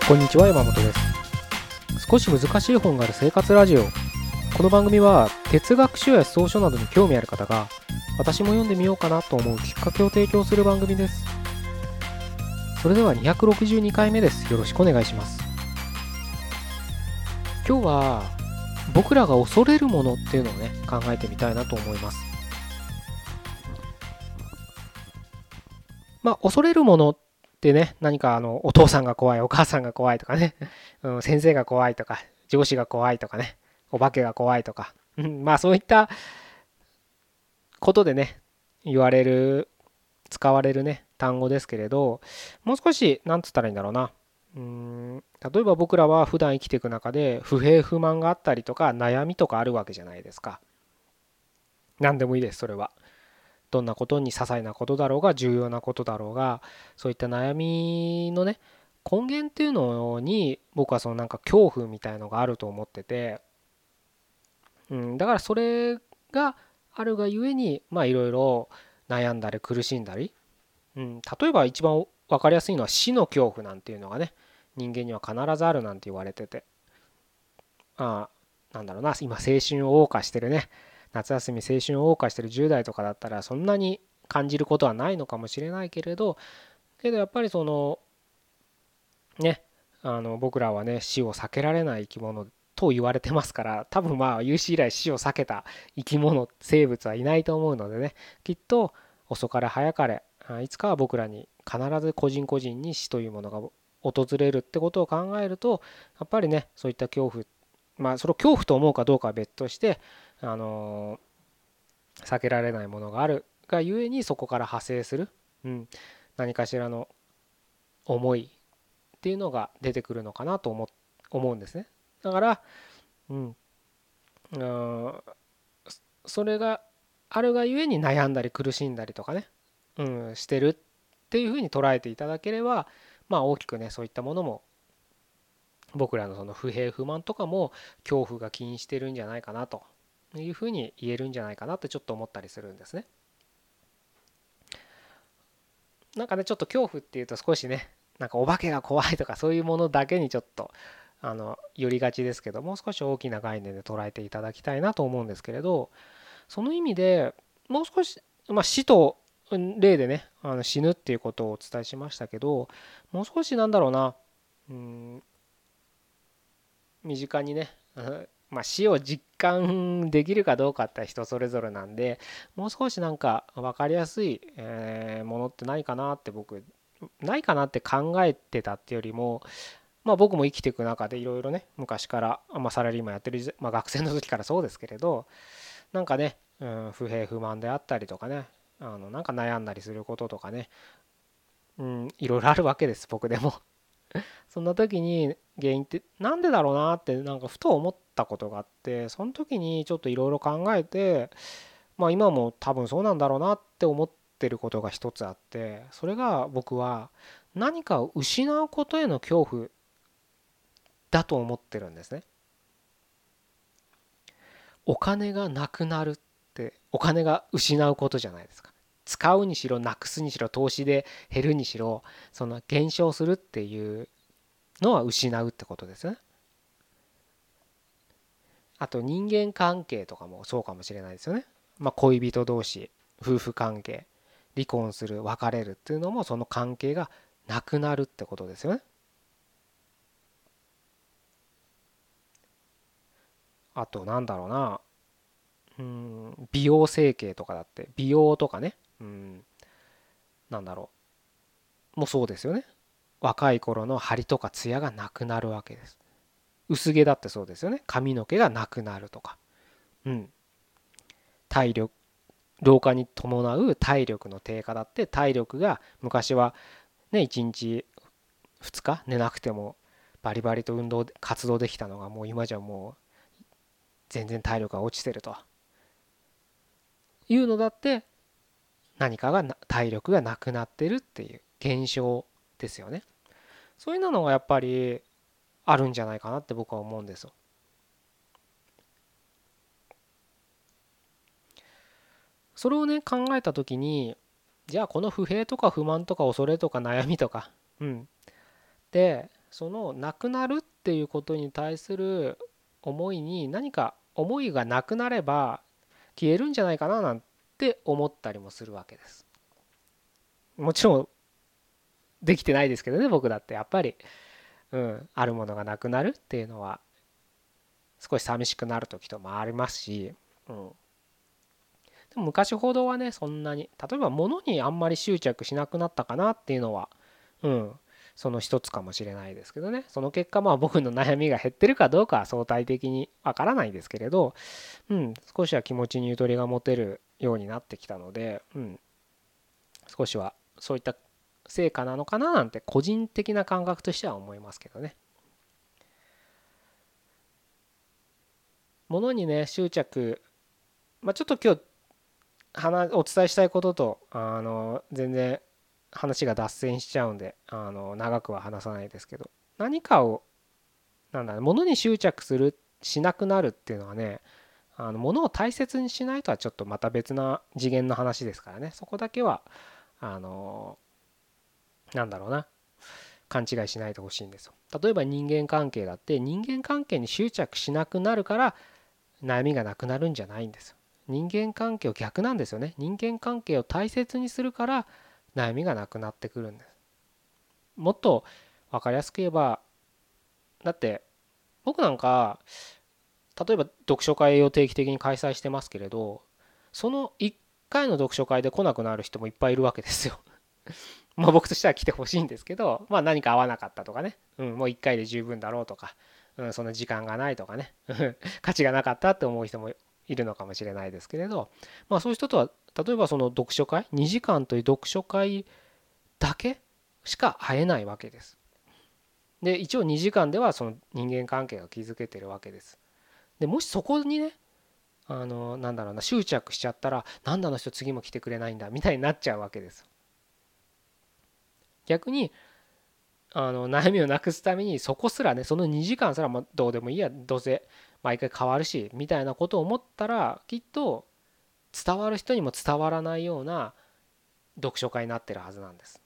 こんにちは、山本です。少し難しい本がある生活ラジオ。この番組は哲学書や思想書などに興味ある方が、私も読んでみようかなと思うきっかけを提供する番組です。それでは262回目です。よろしくお願いします。今日は僕らが恐れるものっていうのをね、考えてみたいなと思います。恐れるものってね、何かお父さんが怖い、お母さんが怖いとかね、先生が怖いとか、上司が怖いとかね、お化けが怖いとか、そういったことでね、言われる、使われるね、単語ですけれど、もう少し、なんつったらいいんだろうな。例えば僕らは普段生きていく中で不平不満があったりとか悩みとかあるわけじゃないですか。何でもいいです、それは。どんなことに些細なことだろうが重要なことだろうが、そういった悩みのね、根源っていうのに僕はそのなんか恐怖みたいのがあると思ってて、だからそれがあるがゆえにいろいろ悩んだり苦しんだり、例えば一番分かりやすいのは死の恐怖なんていうのがね、人間には必ずあるなんて言われてて、なんだろうな、今青春を謳歌してるね、夏休み青春を謳歌してる10代とかだったらそんなに感じることはないのかもしれないけれど、やっぱりそのね、僕らはね、死を避けられない生き物と言われてますから、多分有史以来死を避けた生き物生物はいないと思うのでね、きっと遅かれ早かれいつかは僕らに必ず個人個人に死というものが訪れるってことを考えると、やっぱりね、そういった恐怖、それを恐怖と思うかどうかは別として、あの避けられないものがあるがゆえに、そこから派生する、何かしらの思いっていうのが出てくるのかなと思うんですね。だから、うん、それがあるがゆえに悩んだり苦しんだりとかね、してるっていうふうに捉えていただければ、大きくね、そういったものも僕らのその不平不満とかも恐怖が起因してるんじゃないかなというふうに言えるんじゃないかなってちょっと思ったりするんですね。なんかね、ちょっと恐怖っていうと少しね、なんかお化けが怖いとかそういうものだけにちょっと寄りがちですけど、もう少し大きな概念で捉えていただきたいなと思うんですけれど、その意味でもう少し、死と例でね、死ぬっていうことをお伝えしましたけど、もう少しなんだろうな、身近にね、死を実感できるかどうかって人それぞれなんで、もう少しなんか分かりやすいものってないかなってないかなって考えてたっていうよりも、僕も生きていく中でいろいろね、昔から、サラリーマンやってる、学生の時からそうですけれど、なんかね、不平不満であったりとかね、なんか悩んだりすることとかね、いろいろあるわけです、僕でも。そんな時に原因ってなんでだろうなってなんかふと思ったことがあって、その時にちょっといろいろ考えて、今も多分そうなんだろうなって思ってることが一つあって、それが僕は何かを失うことへの恐怖だと思ってるんですね。お金がなくなるってお金が失うことじゃないですか。使うにしろなくすにしろ投資で減るにしろ、その減少するっていうのは失うってことですね。あと人間関係とかもそうかもしれないですよね。恋人同士、夫婦関係、離婚する、別れるっていうのもその関係がなくなるってことですよね。あとなんだろうな、美容整形とかだって美容とかね、なんだろう、もうそうですよね。若い頃の張りとかツヤがなくなるわけです。薄毛だってそうですよね。髪の毛がなくなるとか、うん、体力、老化に伴う体力の低下だって、体力が昔はね、1日2日寝なくてもバリバリと活動できたのが、もう今じゃもう全然体力が落ちてるというのだって、何かが体力がなくなってるっていう現象ですよね。そういうのがやっぱりあるんじゃないかなって僕は思うんですよ。それをね、考えた時に、じゃあこの不平とか不満とか恐れとか悩みとか、でそのなくなるっていうことに対する思いに何か思いがなくなれば消えるんじゃないかななんて思ったりもするわけです。もちろんできてないですけどね、僕だってやっぱり、あるものがなくなるっていうのは少し寂しくなる時ともありますし、でも昔ほどはね、そんなに例えば物にあんまり執着しなくなったかなっていうのは、その一つかもしれないですけどね。その結果僕の悩みが減ってるかどうかは相対的にわからないですけれど、少しは気持ちにゆとりが持てるようになってきたので、少しはそういった成果なのかななんて個人的な感覚としては思いますけどね。物にね執着、ちょっと今日お伝えしたいことと全然話が脱線しちゃうんで長くは話さないですけど、何かを物に執着しなくなるっていうのはね、物を大切にしないとはちょっとまた別な次元の話ですからね。そこだけはあの勘違いしないでほしいんですよ。例えば人間関係だって、人間関係に執着しなくなるから悩みがなくなるんじゃないんですよ。人間関係を逆なんですよね。人間関係を大切にするから悩みがなくなってくるんです。もっと分かりやすく言えば、だって僕なんか例えば読書会を定期的に開催してますけれど、その1回の読書会で来なくなる人もいっぱいいるわけですよ。僕としては来てほしいんですけど、何か合わなかったとかね、もう1回で十分だろうとか、その時間がないとかね価値がなかったって思う人もいるのかもしれないですけれど、そういう人とは例えばその読書会2時間という読書会だけしか会えないわけです。で一応2時間ではその人間関係が築けてるわけです。でもしそこにね執着しちゃったら、なんであの人次も来てくれないんだみたいになっちゃうわけです。逆に悩みをなくすためにそこすらね、その2時間すらどうでもいいや、どうせ毎回変わるしみたいなことを思ったら、きっと伝わる人にも伝わらないような読書会になってるはずなんです。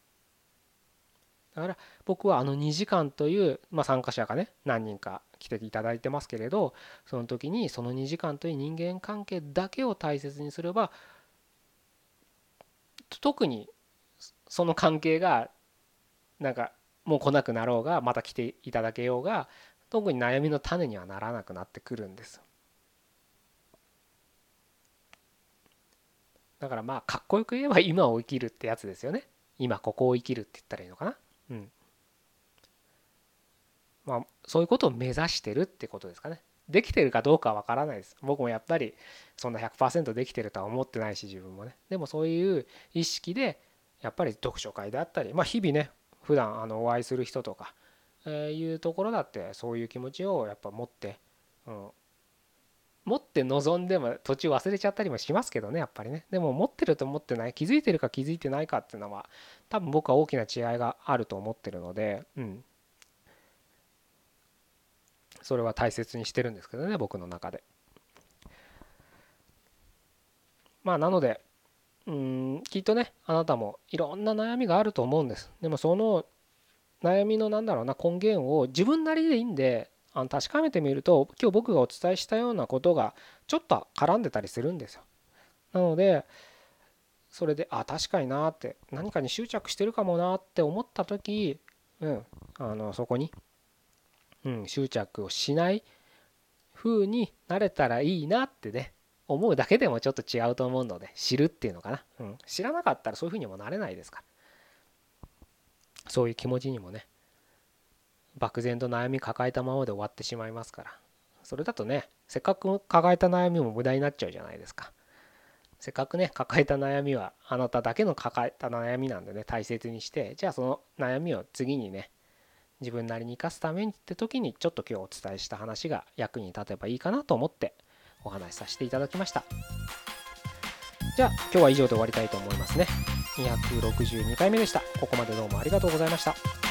だから僕は2時間という、参加者がね何人か来ていただいてますけれど、その時にその2時間という人間関係だけを大切にすれば、特にその関係がもう来なくなろうがまた来ていただけようが、特に悩みの種にはならなくなってくるんです。だからかっこよく言えば今を生きるってやつですよね。今ここを生きるって言ったらいいのかな。そういうことを目指してるってことですかね。できてるかどうかは分からないです。僕もやっぱりそんな 100% できてるとは思ってないし、自分もね。でもそういう意識でやっぱり読書会であったり、日々ね普段お会いする人とか、いうところだってそういう気持ちをやっぱ持って望んでも途中忘れちゃったりもしますけどね、やっぱりね。でも持ってると思ってない、気づいてるか気づいてないかっていうのは多分僕は大きな違いがあると思ってるので、それは大切にしてるんですけどね、僕の中で。なのできっとねあなたもいろんな悩みがあると思うんです。でもその悩みの根源を自分なりでいいんで確かめてみると、今日僕がお伝えしたようなことがちょっと絡んでたりするんですよ。なのでそれで確かになって、何かに執着してるかもなって思った時、そこに、執着をしない風になれたらいいなってね思うだけでもちょっと違うと思うので、知るっていうのかな、知らなかったらそういう風にもなれないですから、そういう気持ちにもね漠然と悩み抱えたままで終わってしまいますから、それだとねせっかく抱えた悩みも無駄になっちゃうじゃないですか。せっかくね抱えた悩みはあなただけの抱えた悩みなんでね、大切にして、じゃあその悩みを次にね自分なりに生かすためにって時に、ちょっと今日お伝えした話が役に立てばいいかなと思ってお話しさせていただきました。じゃあ今日は以上で終わりたいと思いますね。262回目でした。ここまでどうもありがとうございました。